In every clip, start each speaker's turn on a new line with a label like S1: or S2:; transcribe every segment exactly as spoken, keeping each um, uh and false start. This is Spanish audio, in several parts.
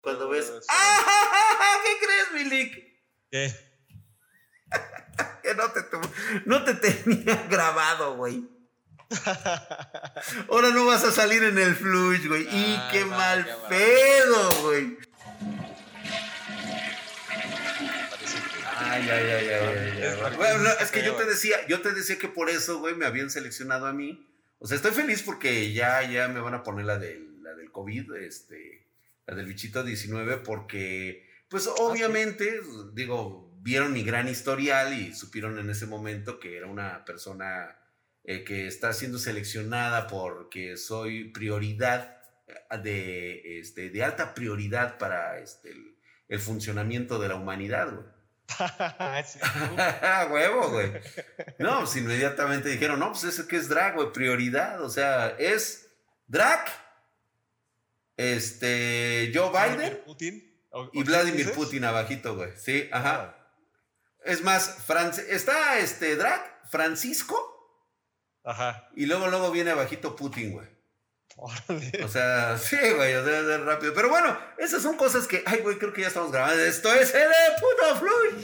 S1: Cuando ves... ¡Ah! ¿Qué crees, Milik?
S2: ¿Qué?
S1: Que no te, no te tenía grabado, güey. Ahora no vas a salir en el flush, güey. Ah, y qué no, mal qué pedo, güey. Ay, ay, ay, ay, ay, ay. Bueno, no, es que yo te decía, yo te decía que por eso, güey, me habían seleccionado a mí. O sea, estoy feliz porque ya, ya me van a poner la del, la del COVID, este, la del bichito diecinueve, porque, pues, obviamente, ah, ¿sí? Digo, vieron mi gran historial y supieron en ese momento que era una persona eh, que está siendo seleccionada porque soy prioridad de, este, de alta prioridad para este, el, el funcionamiento de la humanidad, güey.
S2: Sí,
S1: huevo, güey. No, pues inmediatamente dijeron, no, pues ese que es drag, güey, prioridad. O sea, es drag, este, Joe Biden
S2: Putin, o,
S1: y Vladimir dices? Putin abajito, güey. Sí, ajá. Ah. Es más, Franc- está este drag, Francisco.
S2: Ajá.
S1: Y luego, luego viene abajito Putin, güey. O sea, sí, güey, o sea, es rápido. Pero bueno, esas son cosas que, ay, güey, creo que ya estamos grabando. Esto es el puto flush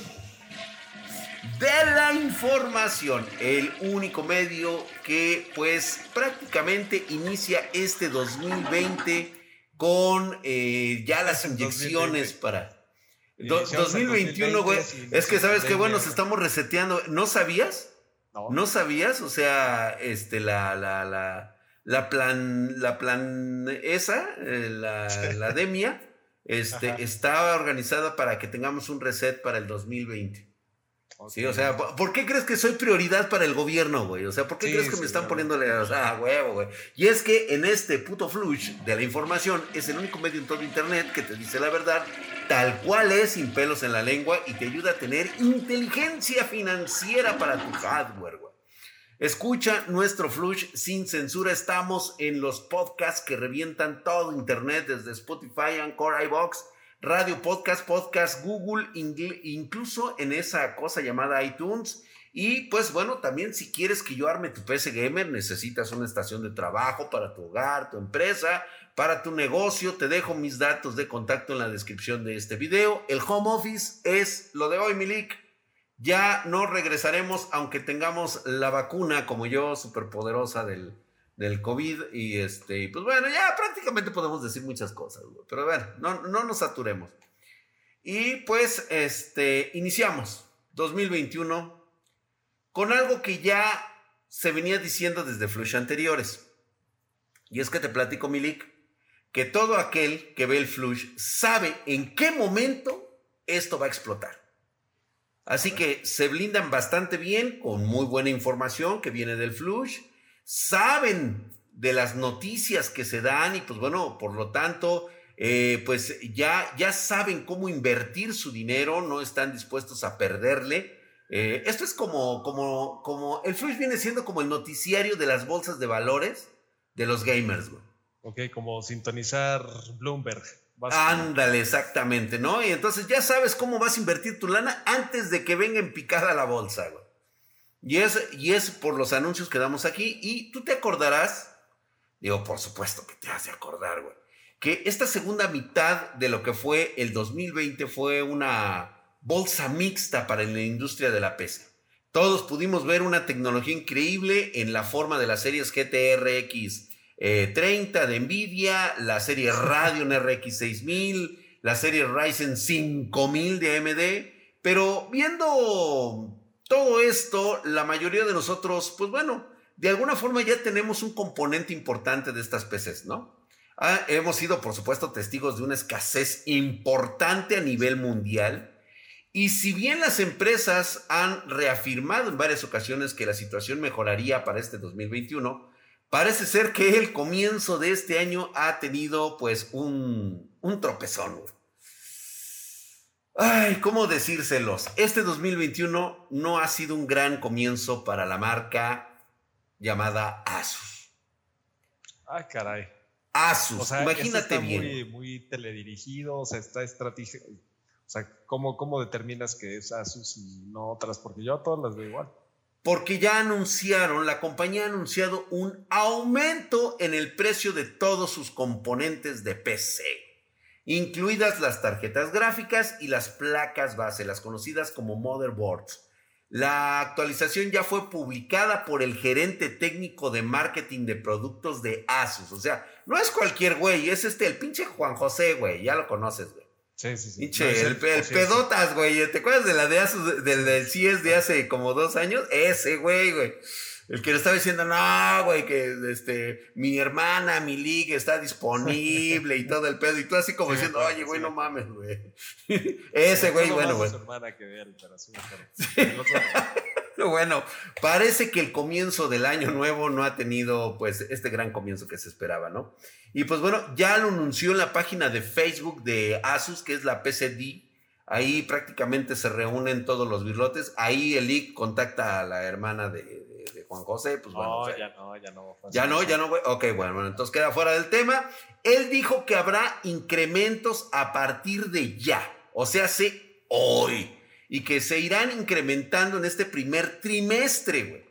S1: de la información, el único medio que, pues, prácticamente inicia este dos mil veinte con eh, ya las inyecciones para Do, dos mil veintiuno, güey. Es que sabes que, bueno, nos estamos reseteando. ¿No sabías? No. ¿No sabías? O sea, este, la, la, la. La plan, la plan esa, eh, la, la demia, este, estaba organizada para que tengamos un reset para el dos mil veinte. Okay. Sí, o sea, ¿por qué crees que soy prioridad para el gobierno, güey? O sea, ¿por qué sí, crees que sí, me están no, poniéndole, o sea, huevo, güey? Y es que en este puto flush de la información es el único medio en todo internet que te dice la verdad, tal cual es, sin pelos en la lengua, y te ayuda a tener inteligencia financiera para tu hardware, güey. Escucha nuestro flush sin censura. Estamos en los podcasts que revientan todo internet, desde Spotify, Anchor, iVoox, Radio Podcast, Podcast, Google, incluso en esa cosa llamada iTunes. Y pues bueno, también si quieres que yo arme tu P C Gamer, necesitas una estación de trabajo para tu hogar, tu empresa, para tu negocio. Te dejo mis datos de contacto en la descripción de este video. El home office es lo de hoy, Milik. Ya no regresaremos, aunque tengamos la vacuna, como yo, superpoderosa del, del COVID. Y este, pues bueno, ya prácticamente podemos decir muchas cosas, güey. Pero a ver, no, no nos saturemos. Y pues, este, iniciamos dos mil veintiuno con algo que ya se venía diciendo desde flush anteriores. Y es que te platico, Milik, que todo aquel que ve el flush sabe en qué momento esto va a explotar. Así que se blindan bastante bien, con muy buena información que viene del flush. Saben de las noticias que se dan y pues bueno, por lo tanto, eh, pues ya, ya saben cómo invertir su dinero, no están dispuestos a perderle. Eh, esto es como, como, como, el flush viene siendo como el noticiario de las bolsas de valores de los gamers, güey.
S2: Ok, como sintonizar Bloomberg.
S1: Ándale, exactamente, ¿no? Y entonces ya sabes cómo vas a invertir tu lana antes de que venga en picada la bolsa, güey. Y es, y es por los anuncios que damos aquí. Y tú te acordarás, digo, por supuesto que te has de acordar, güey, que esta segunda mitad de lo que fue el dos mil veinte fue una bolsa mixta para la industria de la P C. Todos pudimos ver una tecnología increíble en la forma de las series G T R X Eh, treinta de Nvidia, la serie Radeon R X seis mil, la serie Ryzen cinco mil de A M D, pero viendo todo esto, la mayoría de nosotros, pues bueno, de alguna forma ya tenemos un componente importante de estas P Cs, ¿no? Ah, hemos sido, por supuesto, testigos de una escasez importante a nivel mundial, y si bien las empresas han reafirmado en varias ocasiones que la situación mejoraría para este dos mil veintiuno, parece ser que el comienzo de este año ha tenido pues un, un tropezón, güey. Ay, ¿cómo decírselos? Este dos mil veintiuno no ha sido un gran comienzo para la marca llamada Asus.
S2: Ah, caray.
S1: Asus,
S2: o sea,
S1: imagínate
S2: está
S1: bien.
S2: Muy, muy teledirigido, o sea, está estrategia. O sea, ¿cómo, ¿cómo determinas que es Asus y no otras? Porque yo a todas las veo igual.
S1: Porque ya anunciaron, la compañía ha anunciado un aumento en el precio de todos sus componentes de P C. incluidas las tarjetas gráficas y las placas base, las conocidas como motherboards. La actualización ya fue publicada por el gerente técnico de marketing de productos de Asus. O sea, no es cualquier güey, es este, el pinche Juan José, güey. Ya lo conoces, güey.
S2: Sí, sí, sí.
S1: Pinche,
S2: no,
S1: el, el, el
S2: sí,
S1: pedotas, güey. ¿Te acuerdas de la de Asus, del, del C S de hace como dos años? Ese, güey, güey. El que le estaba diciendo, no, güey, que este, mi hermana, mi liga está disponible y todo el pedo. Y tú así como sí, diciendo, oye, güey, sí, no mames, güey. Ese güey, bueno, güey. Bueno, parece que el comienzo del año nuevo no ha tenido, pues, este gran comienzo que se esperaba, ¿no? Y pues bueno, ya lo anunció en la página de Facebook de Asus, que es la P C D. Ahí prácticamente se reúnen todos los birlotes. Ahí el I C contacta a la hermana de, de, de Juan José. Pues bueno,
S2: no,
S1: o sea,
S2: ya no, ya no.
S1: Ya no, ya no, güey. Ok, bueno, bueno, entonces queda fuera del tema. Él dijo que habrá incrementos a partir de ya. O sea, sí, hoy. Y que se irán incrementando en este primer trimestre, güey.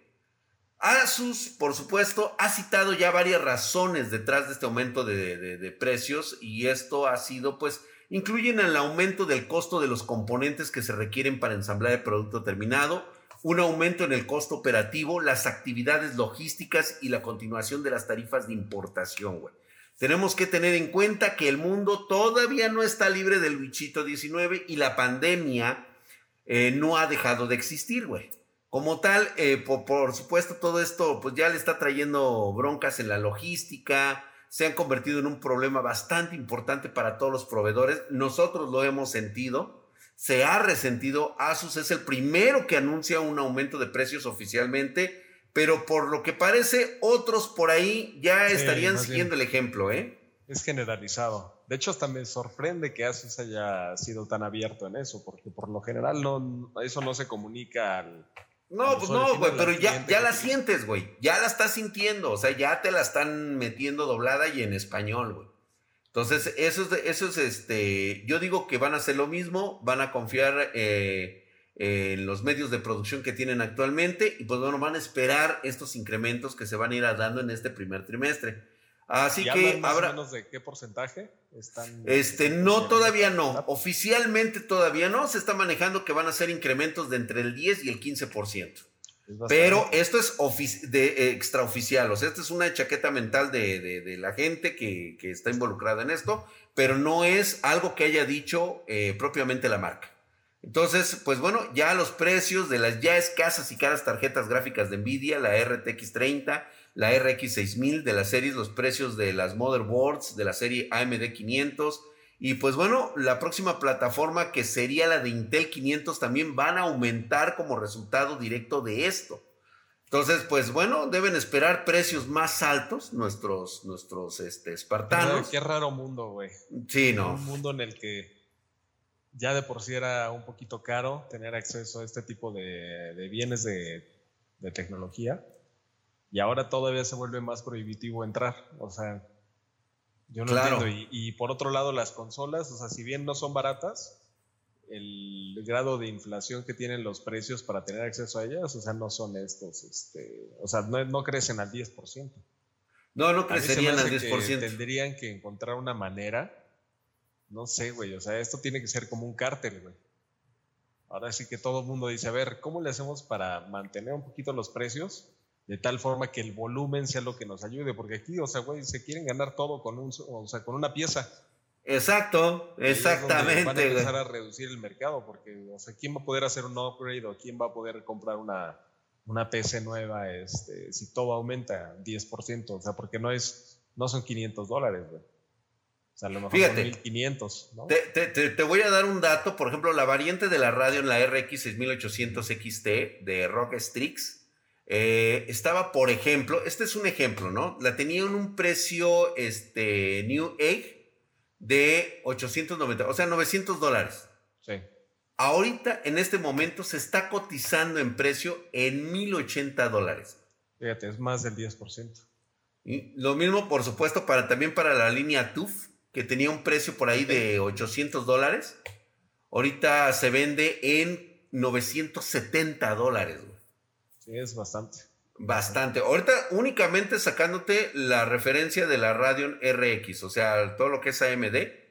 S1: Asus, por supuesto, ha citado ya varias razones detrás de este aumento de, de, de precios. Y esto ha sido, pues, incluyen el aumento del costo de los componentes que se requieren para ensamblar el producto terminado, un aumento en el costo operativo, las actividades logísticas y la continuación de las tarifas de importación, güey. Tenemos que tener en cuenta que el mundo todavía no está libre del bichito diecinueve y la pandemia eh, no ha dejado de existir, güey. Como tal, eh, por, por supuesto, todo esto pues ya le está trayendo broncas en la logística, se han convertido en un problema bastante importante para todos los proveedores. Nosotros lo hemos sentido, se ha resentido. Asus es el primero que anuncia un aumento de precios oficialmente, pero por lo que parece, otros por ahí ya sí, estarían siguiendo bien el ejemplo, ¿eh?
S2: Es generalizado. De hecho, hasta me sorprende que Asus haya sido tan abierto en eso, porque por lo general no, eso no se comunica al...
S1: No, pues no, güey, pero ya, ya la sientes, güey. Ya la estás sintiendo. O sea, ya te la están metiendo doblada y en español, güey. Entonces, eso es, eso es este. Yo digo que van a hacer lo mismo. Van a confiar eh, en los medios de producción que tienen actualmente. Y pues bueno, van a esperar estos incrementos que se van a ir dando en este primer trimestre. Así
S2: ¿Ya
S1: que
S2: más
S1: habrá.
S2: O menos de qué porcentaje están?
S1: Este, no, todavía no. Oficialmente todavía no. Se está manejando que van a ser incrementos de entre el diez y el quince por ciento. Pero esto es ofici- de, eh, extraoficial. O sea, esto es una chaqueta mental de, de, de la gente que, que está involucrada en esto, pero no es algo que haya dicho eh, propiamente la marca. Entonces, pues bueno, ya los precios de las ya escasas y caras tarjetas gráficas de Nvidia, la R T X treinta, la R X seis mil de las series, los precios de las motherboards de la serie A M D quinientos y pues bueno, la próxima plataforma que sería la de Intel quinientos también van a aumentar como resultado directo de esto. Entonces, pues bueno, deben esperar precios más altos nuestros, nuestros este, espartanos.
S2: Qué raro mundo, güey.
S1: Sí, no.
S2: Un mundo en el que ya de por sí era un poquito caro tener acceso a este tipo de, de bienes de, de tecnología. Y ahora todavía se vuelve más prohibitivo entrar, o sea, yo no
S1: claro.
S2: entiendo. Y, y por otro lado, las consolas, o sea, si bien no son baratas, el grado de inflación que tienen los precios para tener acceso a ellas, o sea, no son estos, este, o sea, no, no crecen al diez por ciento.
S1: No, no crecerían al diez por ciento.
S2: Que tendrían que encontrar una manera, no sé, güey, o sea, esto tiene que ser como un cártel, güey. Ahora sí que todo el mundo dice, a ver, ¿cómo le hacemos para mantener un poquito los precios? De tal forma que el volumen sea lo que nos ayude, porque aquí, o sea, güey, se quieren ganar todo con un, o sea, con una pieza.
S1: Exacto, exactamente.
S2: Van a empezar a reducir el mercado, porque, o sea, ¿quién va a poder hacer un upgrade o quién va a poder comprar una, una P C nueva este, si todo aumenta diez por ciento? O sea, porque no es, no son quinientos dólares, güey. O sea, a lo mejor
S1: Fíjate,
S2: son mil quinientos, ¿no?
S1: Te, te, te, te voy a dar un dato, por ejemplo, la variante de la Radeon, la R X seis mil ochocientos X T de R O G Strix, Eh, estaba, por ejemplo, este es un ejemplo, ¿no? La tenía en un precio este, New Age de ochocientos noventa, o sea, novecientos dólares.
S2: Sí.
S1: Ahorita, en este momento, se está cotizando en precio en mil ochenta dólares.
S2: Fíjate, es más del diez por ciento.
S1: Y lo mismo, por supuesto, para, también para la línea T U F, que tenía un precio por ahí de ochocientos dólares. Ahorita se vende en novecientos setenta dólares, güey.
S2: Sí, es bastante.
S1: Bastante. Ahorita únicamente sacándote la referencia de la Radeon R X, o sea, todo lo que es A M D,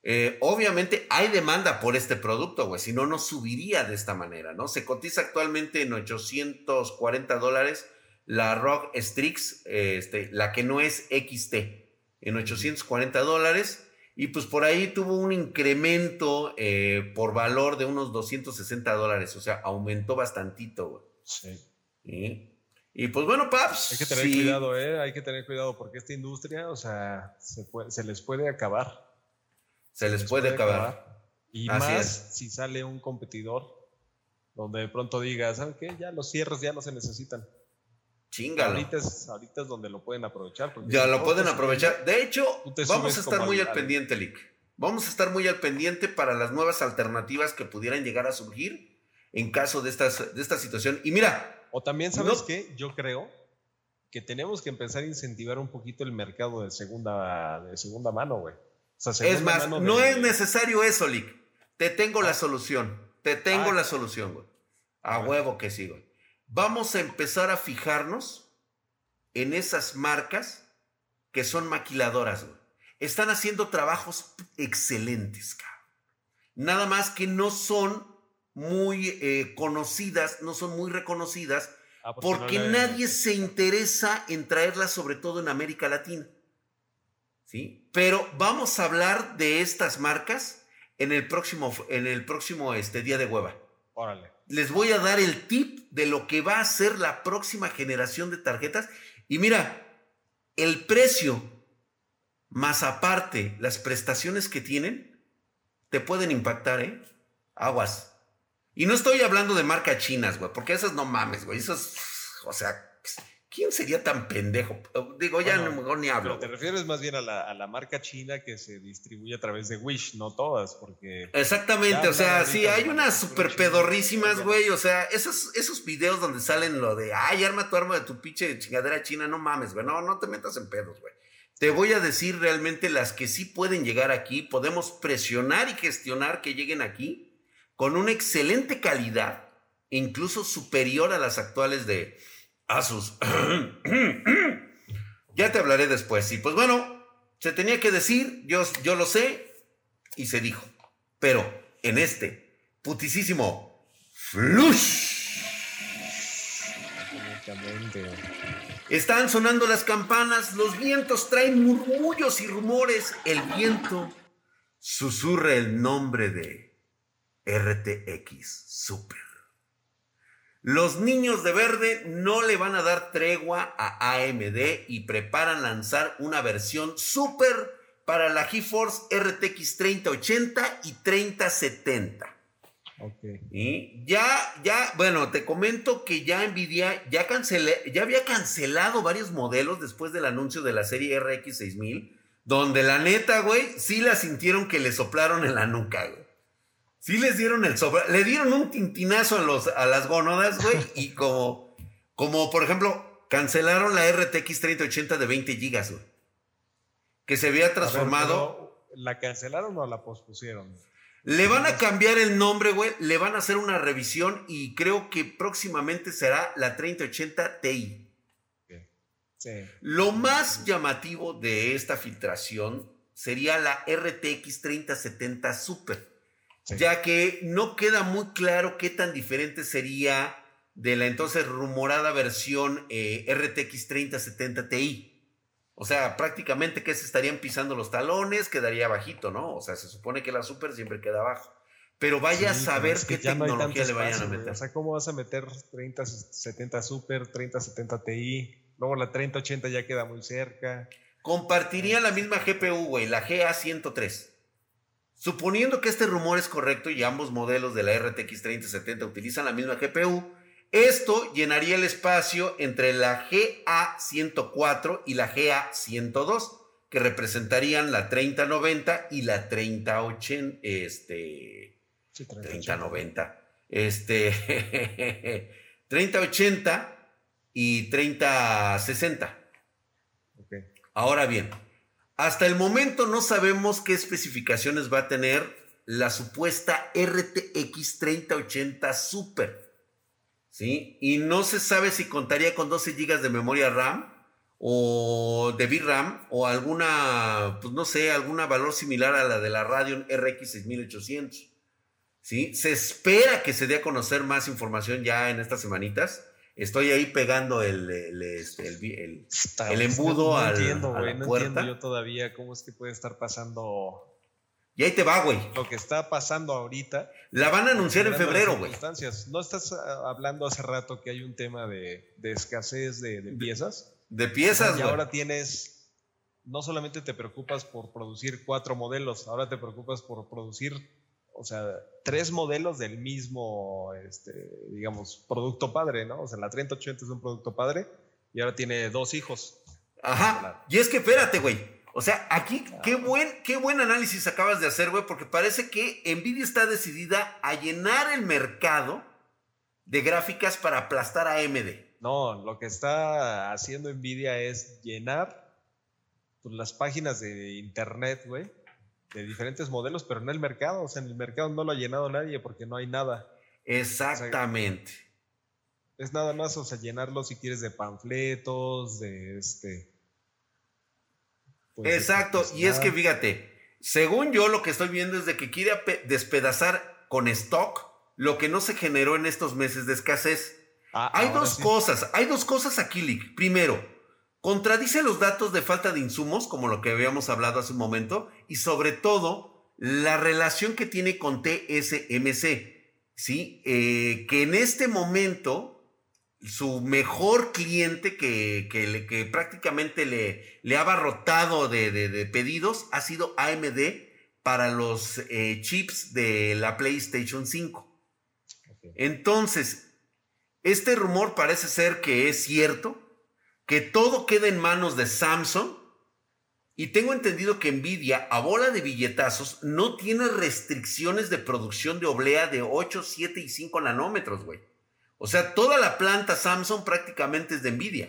S1: Eh, obviamente hay demanda por este producto, güey, si no, no subiría de esta manera, ¿no? Se cotiza actualmente en ochocientos cuarenta dólares la R O G Strix, eh, este, la que no es X T, en ochocientos cuarenta dólares. Y pues por ahí tuvo un incremento eh, por valor de unos doscientos sesenta dólares. O sea, aumentó bastantito, güey.
S2: Sí.
S1: Y, y pues bueno, paps.
S2: Hay que tener
S1: sí.
S2: cuidado, ¿eh? Hay que tener cuidado porque esta industria, o sea, se, puede, se les puede acabar.
S1: Se, se les, les puede, puede acabar. acabar.
S2: Y Así más es. Si sale un competidor donde de pronto digas, ¿saben qué? Ya los cierres ya no se necesitan.
S1: Chíngalo.
S2: Ahorita es, ahorita es donde lo pueden aprovechar.
S1: Ya lo pueden aprovechar. De hecho, vamos a estar muy al, al pendiente, Lick. Vamos a estar muy al pendiente para las nuevas alternativas que pudieran llegar a surgir en caso de, estas, de esta situación. Y mira.
S2: O también, ¿sabes no, qué? Yo creo que tenemos que empezar a incentivar un poquito el mercado de segunda, de segunda mano, güey. O sea, segunda
S1: es más,
S2: mano
S1: no
S2: de,
S1: es necesario eso, Lick. Te tengo ah. la solución. Te tengo ah, la solución, güey. A bueno. huevo que sí, güey. Vamos a empezar a fijarnos en esas marcas que son maquiladoras, güey. Están haciendo trabajos excelentes, cabrón. Nada más que no son muy eh, conocidas, no son muy reconocidas, ah, porque, porque no nadie de... se interesa en traerlas, sobre todo en América Latina. ¿Sí? Pero vamos a hablar de estas marcas en el próximo, en el próximo este, día de hueva.
S2: Órale.
S1: Les voy a dar el tip de lo que va a ser la próxima generación de tarjetas. Y mira, el precio, más aparte las prestaciones que tienen, te pueden impactar, ¿eh? Aguas. Y no estoy hablando de marcas chinas, güey, porque esas no mames, güey. Esas, o sea, ¿quién sería tan pendejo? Digo, ya bueno, mejor ni hablo.
S2: Pero te refieres más bien a la, a la marca china que se distribuye a través de Wish, no todas, porque...
S1: Exactamente, o sea, sí, hay unas súper pedorrísimas, güey, o sea, esos, esos videos donde salen lo de, ay, arma tu arma de tu pinche chingadera china, no mames, güey, no, no te metas en pedos, güey. Te voy a decir realmente las que sí pueden llegar aquí, podemos presionar y gestionar que lleguen aquí con una excelente calidad, incluso superior a las actuales de Asus. Ya te hablaré después. Y pues bueno, se tenía que decir, yo, yo lo sé, y se dijo. Pero en este putisísimo Flush. Están sonando las campanas, los vientos traen murmullos y rumores. El viento susurra el nombre de R T X Super. Los niños de verde no le van a dar tregua a A M D y preparan lanzar una versión Super para la GeForce R T X treinta ochenta y treinta setenta.
S2: Okay.
S1: Y ya, ya, bueno, te comento que ya Nvidia ya, cancelé, ya había cancelado varios modelos después del anuncio de la serie R X seis mil, donde la neta, güey, sí la sintieron que le soplaron en la nuca, güey. Sí les dieron el sobra, le dieron un tintinazo a, los, a las gónodas, güey, y como, como, por ejemplo, cancelaron la R T X treinta ochenta de veinte gigas, güey, que se había transformado.
S2: Ver, ¿la cancelaron o la pospusieron?
S1: Le van a cambiar el nombre, güey, le van a hacer una revisión y creo que próximamente será la treinta ochenta Ti.
S2: Sí.
S1: Lo más llamativo de esta filtración sería la R T X treinta setenta Super. Sí. Ya que no queda muy claro qué tan diferente sería de la entonces rumorada versión eh, R T X treinta setenta Ti. O sea, prácticamente que se estarían pisando los talones, quedaría bajito, ¿no? O sea, se supone que la Super siempre queda abajo. Pero vaya sí, a saber qué tecnología no le vayan espacio, a meter.
S2: O sea, ¿cómo vas a meter treinta setenta Super, treinta setenta Ti? Luego la treinta ochenta ya queda muy cerca.
S1: Compartiría la misma G P U, güey, la G A ciento tres. Suponiendo que este rumor es correcto y ambos modelos de la R T X treinta setenta utilizan la misma G P U, esto llenaría el espacio entre la G A ciento cuatro y la G A ciento dos, que representarían la treinta noventa y la treinta ochenta, este,
S2: sí,
S1: treinta noventa, este, treinta ochenta y treinta sesenta.
S2: Okay.
S1: Ahora bien, hasta el momento no sabemos qué especificaciones va a tener la supuesta R T X treinta ochenta Super, ¿sí? Y no se sabe si contaría con doce gigas de memoria RAM o de V RAM o alguna, pues no sé, alguna valor similar a la de la Radeon R X seis mil ochocientos. ¿Sí? Se espera que se dé a conocer más información ya en estas semanitas. Estoy ahí pegando el, el, este, el, el, Está, el embudo no, no al,
S2: entiendo,
S1: a la
S2: no
S1: puerta.
S2: Entiendo yo todavía cómo es que puede estar pasando...
S1: Y ahí te va, güey.
S2: Lo que está pasando ahorita.
S1: La van a anunciar en febrero, güey.
S2: ¿No estás hablando hace rato que hay un tema de, de escasez de, de piezas?
S1: De piezas, güey.
S2: Y ahora tienes, no solamente te preocupas por producir cuatro modelos, ahora te preocupas por producir, o sea, tres modelos del mismo, este, digamos, producto padre, ¿no? O sea, la treinta ochenta es un producto padre y ahora tiene dos hijos.
S1: Ajá. Y es que espérate, güey. O sea, aquí, qué buen, qué buen análisis acabas de hacer, güey, porque parece que Nvidia está decidida a llenar el mercado de gráficas para aplastar a A M D.
S2: No, lo que está haciendo Nvidia es llenar pues, las páginas de internet, güey, de diferentes modelos, pero no el mercado. O sea, en el mercado no lo ha llenado nadie porque no hay nada.
S1: Exactamente.
S2: O sea, es nada más, o sea, llenarlo si quieres de panfletos, de este...
S1: Pues exacto, y es que fíjate, según yo lo que estoy viendo es de que quiere despedazar con stock lo que no se generó en estos meses de escasez. Ah, hay dos sí. cosas, hay dos cosas aquí, Lick. Primero, contradice los datos de falta de insumos, como lo que habíamos hablado hace un momento, y sobre todo, la relación que tiene con T S M C, ¿sí? Eh, que en este momento... su mejor cliente que, que, le, que prácticamente le, le ha abarrotado de, de, de pedidos ha sido A M D para los eh, chips de la PlayStation cinco. Okay. Entonces, este rumor parece ser que es cierto, que todo queda en manos de Samsung, y tengo entendido que Nvidia, a bola de billetazos, no tiene restricciones de producción de oblea de ocho, siete y cinco nanómetros, güey. O sea, toda la planta Samsung prácticamente es de Nvidia.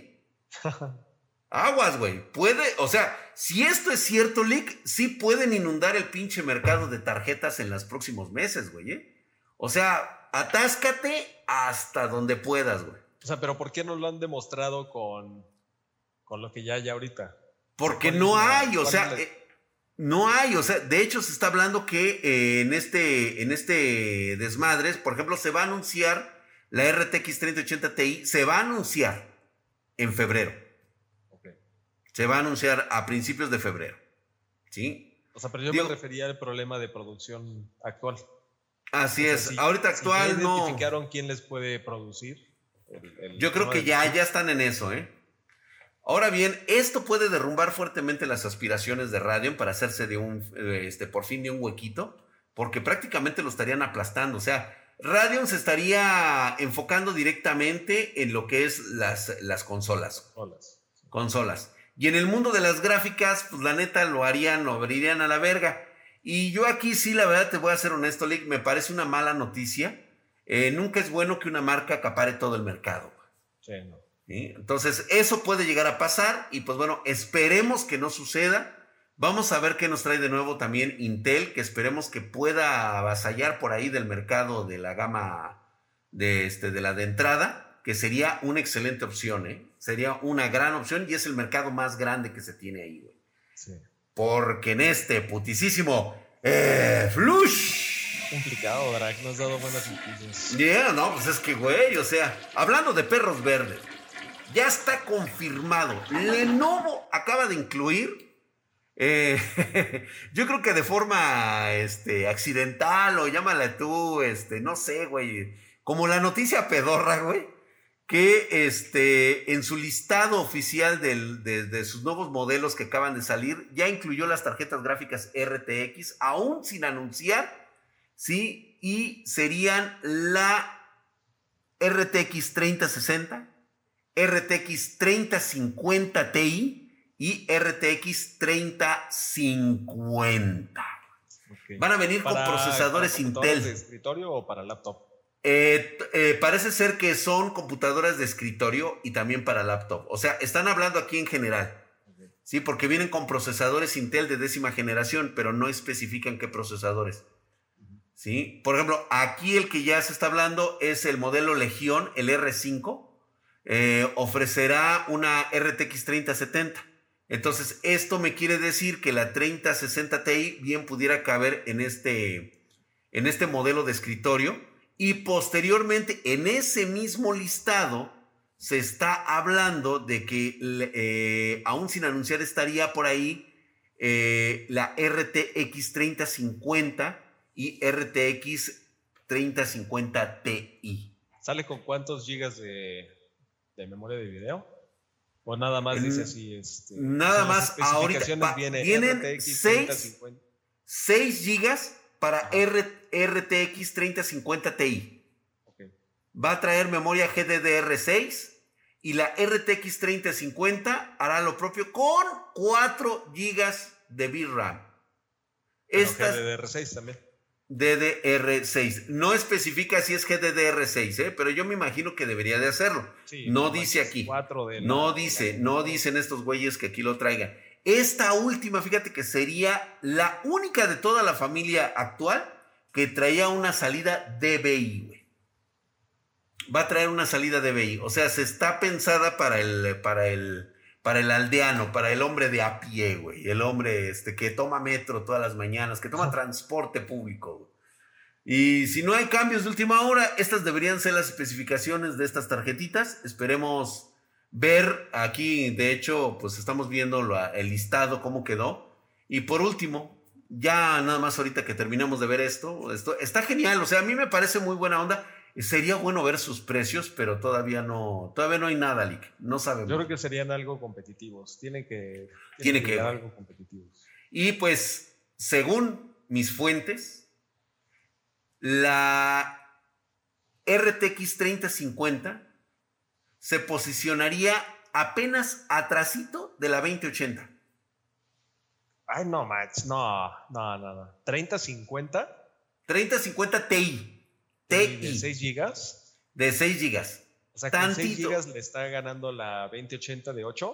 S1: Aguas, güey. Puede, o sea, si esto es cierto, Lick, sí pueden inundar el pinche mercado de tarjetas en los próximos meses, güey. ¿eh? O sea, atáscate hasta donde puedas, güey.
S2: O sea, pero ¿por qué no lo han demostrado con, con lo que ya hay ahorita?
S1: Porque no hay, o sea, la... eh, no hay, o sea, de hecho se está hablando que eh, en, este, en este desmadres, por ejemplo, se va a anunciar la R T X treinta ochenta Ti, se va a anunciar en febrero. Okay. Se va a anunciar a principios de febrero. ¿Sí?
S2: O sea, pero yo Digo, me refería al problema de producción actual.
S1: Así o sea, es. Si, Ahorita actual
S2: si
S1: no.
S2: ¿Identificaron quién les puede producir? El, el
S1: yo creo que ya, ya están en eso, ¿eh? Ahora bien, esto puede derrumbar fuertemente las aspiraciones de Radeon para hacerse de un, este, por fin de un huequito, porque prácticamente lo estarían aplastando. O sea, Radeon se estaría enfocando directamente en lo que es las, las consolas.
S2: Consolas.
S1: Consolas. Y en el mundo de las gráficas, pues la neta lo harían, lo abrirían a la verga. Y yo aquí sí, la verdad, te voy a ser honesto, Lick, me parece una mala noticia. Eh, nunca es bueno que una marca acapare todo el mercado.
S2: Sí, no.
S1: ¿Sí? Entonces, eso puede llegar a pasar y pues bueno, esperemos que no suceda. Vamos a ver qué nos trae de nuevo también Intel, que esperemos que pueda avasallar por ahí del mercado de la gama de, este, de la de entrada, que sería una excelente opción, ¿eh? Sería una gran opción y es el mercado más grande que se tiene ahí, güey.
S2: Sí.
S1: Porque en este putisísimo eh, Flush.
S2: Complicado, Drag, no has dado buenas noticias.
S1: Yeah, no, pues es que, güey, o sea, hablando de perros verdes, ya está confirmado. Lenovo acaba de incluir. Eh, yo creo que de forma este, accidental o llámala tú, este, no sé, güey, como la noticia pedorra, güey, que este, en su listado oficial del, de, de sus nuevos modelos que acaban de salir, ya incluyó las tarjetas gráficas R T X, aún sin anunciar, ¿sí? Y serían la R T X treinta sesenta, R T X treinta cincuenta Ti, y R T X treinta cincuenta. Okay. Van a venir para, con procesadores
S2: para
S1: Intel.
S2: ¿De escritorio o para laptop?
S1: Eh, eh, parece ser que son computadoras de escritorio y también para laptop. O sea, están hablando aquí en general. Okay. Sí, porque vienen con procesadores Intel de décima generación, pero no especifican qué procesadores. Uh-huh. Sí, por ejemplo, aquí el que ya se está hablando es el modelo Legion, el R cinco. eh, ofrecerá una R T X treinta setenta. Entonces, esto me quiere decir que la treinta sesenta Ti bien pudiera caber en este, en este modelo de escritorio. Y posteriormente, en ese mismo listado, se está hablando de que, eh, aún sin anunciar, estaría por ahí eh, la R T X treinta cincuenta y R T X treinta cincuenta Ti.
S2: ¿Sale con cuántos gigas de, de memoria de video? ¿O nada más dice así? Este,
S1: nada más, ahorita pa,
S2: viene
S1: vienen seis gigas para R, R T X treinta cincuenta Ti. Okay. Va a traer memoria G D D R seis y la R T X treinta cincuenta hará lo propio con cuatro gigas de VRAM.
S2: Estas, G D D R seis también.
S1: D D R seis. No especifica si es G D D R seis, ¿eh? Pero yo me imagino que debería de hacerlo. Sí, no dice aquí.
S2: De la,
S1: no dice, de la... no dicen estos güeyes que aquí lo traigan. Esta última, fíjate que sería la única de toda la familia actual que traía una salida D V I, güey. Va a traer una salida D V I. O sea, se está pensada para el, para el, para el aldeano, para el hombre de a pie, güey. El hombre este, que toma metro todas las mañanas, que toma transporte público, güey. Y si no hay cambios de última hora, estas deberían ser las especificaciones de estas tarjetitas. Esperemos ver aquí, de hecho, pues estamos viendo lo, el listado, cómo quedó. Y por último, ya nada más ahorita que terminamos de ver esto, esto está genial. O sea, a mí me parece muy buena onda. Sería bueno ver sus precios, pero todavía no, todavía no hay nada, Lick. No sabemos.
S2: Yo creo que serían algo competitivos. Tiene que,
S1: tiene que, que
S2: algo competitivos.
S1: Y pues, según mis fuentes, la R T X treinta cincuenta se posicionaría apenas atrasito de la veinte ochenta.
S2: Ay, no, Max, no, no, no, no. ¿treinta cincuenta?
S1: treinta cincuenta Ti.
S2: Ti. ¿De seis gigas?
S1: De seis gigas.
S2: O sea, ¿con seis gigas le está ganando la veinte ochenta de ocho?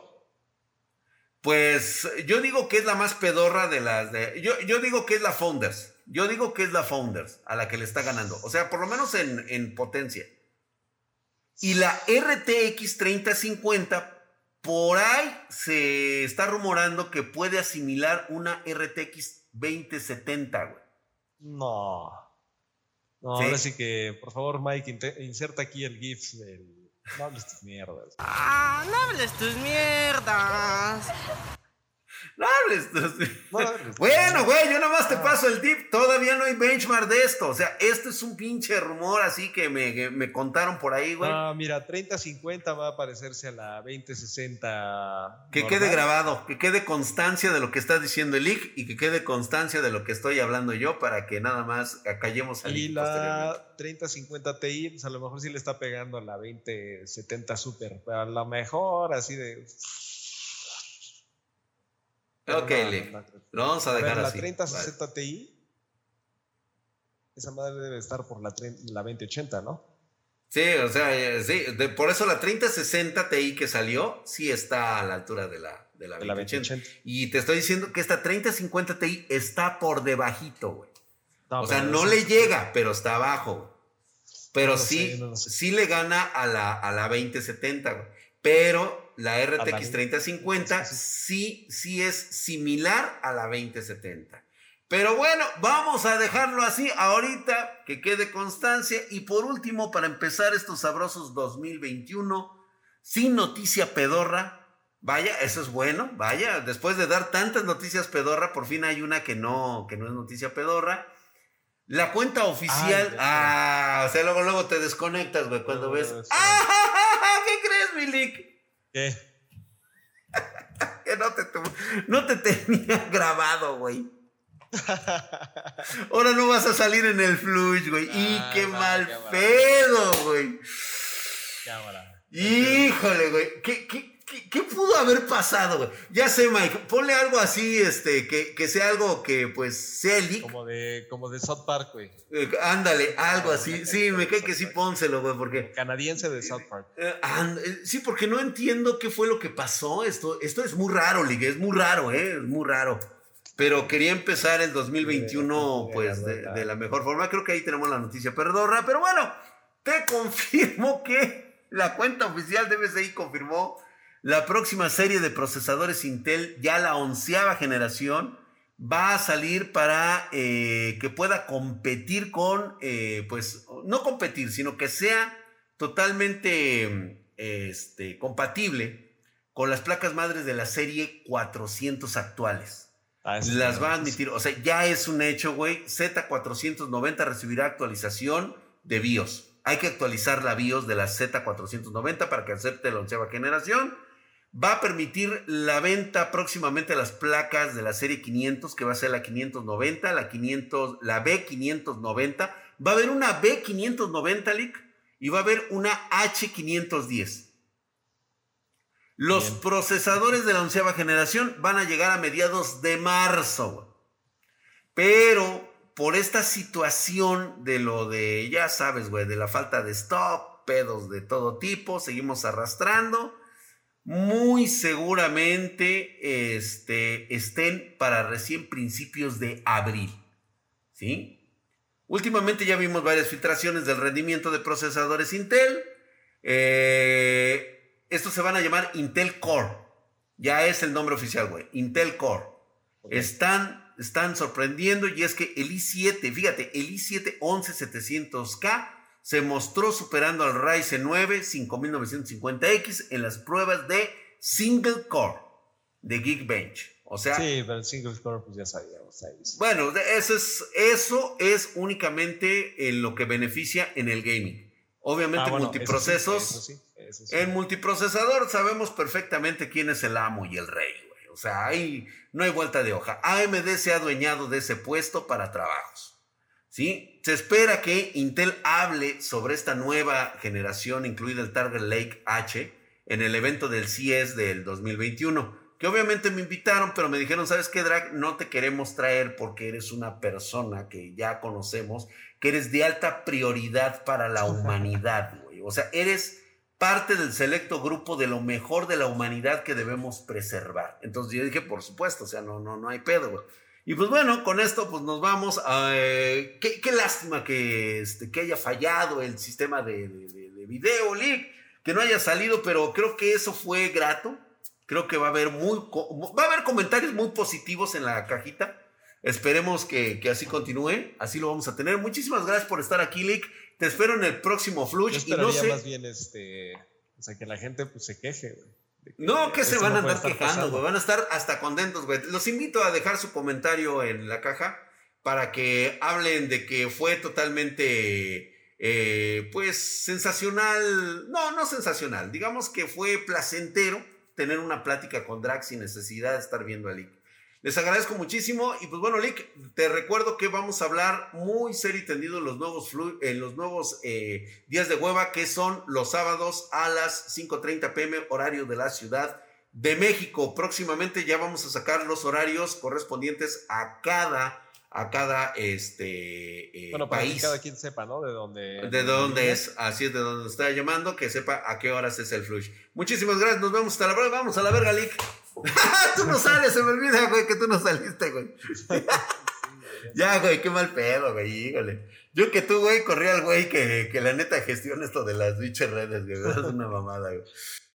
S1: Pues yo digo que es la más pedorra de las de... Yo, yo digo que es la Founders. Yo digo que es la Founders a la que le está ganando. O sea, por lo menos en, en potencia. Y la R T X treinta cincuenta, por ahí se está rumorando que puede asimilar una R T X veinte setenta, güey.
S2: No. No, ¿sí? Ahora sí que, por favor, Mike, inserta aquí el GIF del... No hables tus mierdas.
S3: Ah, no hables tus mierdas.
S1: No hables tus... No hables. Bueno, güey, yo nomás te paso el tip. Todavía no hay benchmark de esto. O sea, esto es un pinche rumor así que me, que me contaron por ahí, güey.
S2: Ah, mira, treinta cincuenta va a parecerse a la veinte sesenta.
S1: Que normal. Quede grabado, que quede constancia de lo que está diciendo el Lick y que quede constancia de lo que estoy hablando yo para que nada más callemos al Lick.
S2: Y la treinta cincuenta Ti, pues a lo mejor sí le está pegando a la veinte setenta Super, pero a lo mejor así de...
S1: Pero ok, no, Lick. No, no, lo vamos a, a dejar ver, así.
S2: La treinta sesenta vale. Ti, esa madre debe estar por la, la veinte ochenta, ¿no?
S1: Sí, o sea, sí, de, por eso la treinta sesenta Ti que salió, sí está a la altura de la, de la, de la veinte ochenta. Y te estoy diciendo que esta treinta cincuenta Ti está por debajito, güey. No, o sea, no le llega, pero está abajo, güey. Pero no sí, sé, no sé. sí le gana a la, a la veinte setenta, güey. Pero la R T X treinta cincuenta sí, sí es similar a la veinte setenta. Pero bueno, vamos a dejarlo así ahorita, que quede constancia. Y por último, para empezar estos sabrosos dos mil veintiuno, sin noticia pedorra. Vaya, eso es bueno, vaya. Después de dar tantas noticias pedorra, por fin hay una que no, que no es noticia pedorra. La cuenta oficial... Ay, ah, o sea, luego, luego te desconectas, güey, cuando no, ves... No, ¡Ah! ¿Qué crees, mi Lick?
S2: ¿Qué?
S1: Que no te, no te tenía grabado, güey. Ahora no vas a salir en el flush, güey. Ah, y qué va, mal cámara. Pedo, güey.
S2: Cámara.
S1: Híjole, güey. ¿Qué, qué, qué, ¿Qué pudo haber pasado, güey? Ya sé, Mike. Ponle algo así, este, que, que sea algo que, pues, sea el leak.
S2: Como de, como de South Park, güey.
S1: Eh, ándale, algo ah, así. Sí, me cae que sí, pónselo, güey, porque...
S2: Canadiense de South Park.
S1: Eh, and, eh, sí, porque no entiendo qué fue lo que pasó. Esto, esto es muy raro, Ligue. Es muy raro, ¿eh? Es muy raro. Pero quería empezar el dos mil veintiuno, pues, de, de la mejor forma. Creo que ahí tenemos la noticia pedorra. Pero bueno, te confirmo que La cuenta oficial de B C I confirmó la próxima serie de procesadores Intel, ya la onceava generación, va a salir para eh, que pueda competir con, eh, pues, no competir, sino que sea totalmente este, compatible con las placas madres de la serie cuatrocientos actuales. Ah, las va a admitir, o sea, ya es un hecho, güey. Z cuatrocientos noventa recibirá actualización de BIOS. Hay que actualizar la BIOS de la Z cuatrocientos noventa para que acepte la onceava generación. Va a permitir la venta próximamente de las placas de la serie quinientos, que va a ser la quinientos noventa, la, quinientos, la B quinientos noventa. Va a haber una B quinientos noventa, Lick, y va a haber una H quinientos diez. Los Bien. procesadores de la onceava generación van a llegar a mediados de marzo, güey. Pero por esta situación de lo de, ya sabes, güey, de la falta de stock, pedos de todo tipo, seguimos arrastrando. Muy seguramente este, estén para recién principios de abril, ¿sí? Últimamente ya vimos varias filtraciones del rendimiento de procesadores Intel. Eh... Estos se van a llamar Intel Core. Ya es el nombre oficial, güey. Intel Core. Okay. Están, están sorprendiendo y es que el i siete, fíjate, el i siete once setecientos K se mostró superando al Ryzen nueve cinco mil novecientos cincuenta X en las pruebas de Single Core de Geekbench. O sea,
S2: sí, pero el Single Core pues ya sabíamos.
S1: Bueno, eso es, eso es únicamente en lo que beneficia en el gaming. Obviamente, ah, bueno, multiprocesos. Eso sí, eso sí, eso sí. En multiprocesador sabemos perfectamente quién es el amo y el rey, güey. O sea, ahí no hay vuelta de hoja. A M D se ha adueñado de ese puesto para trabajos, ¿sí? Se espera que Intel hable sobre esta nueva generación, incluida el Target Lake H, en el evento del C E S del dos mil veintiuno. Que obviamente me invitaron, pero me dijeron, ¿sabes qué, Drag? No te queremos traer porque eres una persona que ya conocemos, que eres de alta prioridad para la humanidad, güey. O sea, eres parte del selecto grupo de lo mejor de la humanidad que debemos preservar. Entonces yo dije, por supuesto, o sea, no, no, no hay pedo, güey. Y pues bueno, con esto pues nos vamos a... Eh, qué, qué lástima que, este, que haya fallado el sistema de, de, de, de video leak, que no haya salido, pero creo que eso fue grato. Creo que va a haber muy va a haber comentarios muy positivos en la cajita. Esperemos que, que así continúe. Así lo vamos a tener. Muchísimas gracias por estar aquí, Lick. Te espero en el próximo Flush.
S2: Yo esperaría
S1: y no sé...
S2: más bien este, o sea, que la gente pues, se queje, güey.
S1: Que no, que se van no a andar quejando, güey. Van a estar hasta contentos, güey. Los invito a dejar su comentario en la caja para que hablen de que fue totalmente, eh, pues, sensacional. No, no sensacional. Digamos que fue placentero tener una plática con Drax sin necesidad de estar viendo a Lick. Les agradezco muchísimo y pues bueno, Lick, te recuerdo que vamos a hablar muy serio y tendido en los nuevos, flu- en los nuevos eh, días de hueva, que son los sábados a las cinco treinta p m horario de la Ciudad de México. Próximamente ya vamos a sacar los horarios correspondientes a cada a cada este eh,
S2: bueno, para
S1: país.
S2: Que cada quien sepa, ¿no? De dónde
S1: de dónde es, así es, de dónde está llamando, que sepa a qué horas es el Flush. Muchísimas gracias, nos vemos hasta la próxima. Vamos a la verga, Lick. Tú no sales, se me olvida, güey, que tú no saliste, güey. Ya, güey, qué mal pedo, güey, híjole. Yo que tú, güey, corrí al güey que, que la neta gestiona esto de las bichas redes, güey. Es una mamada, güey.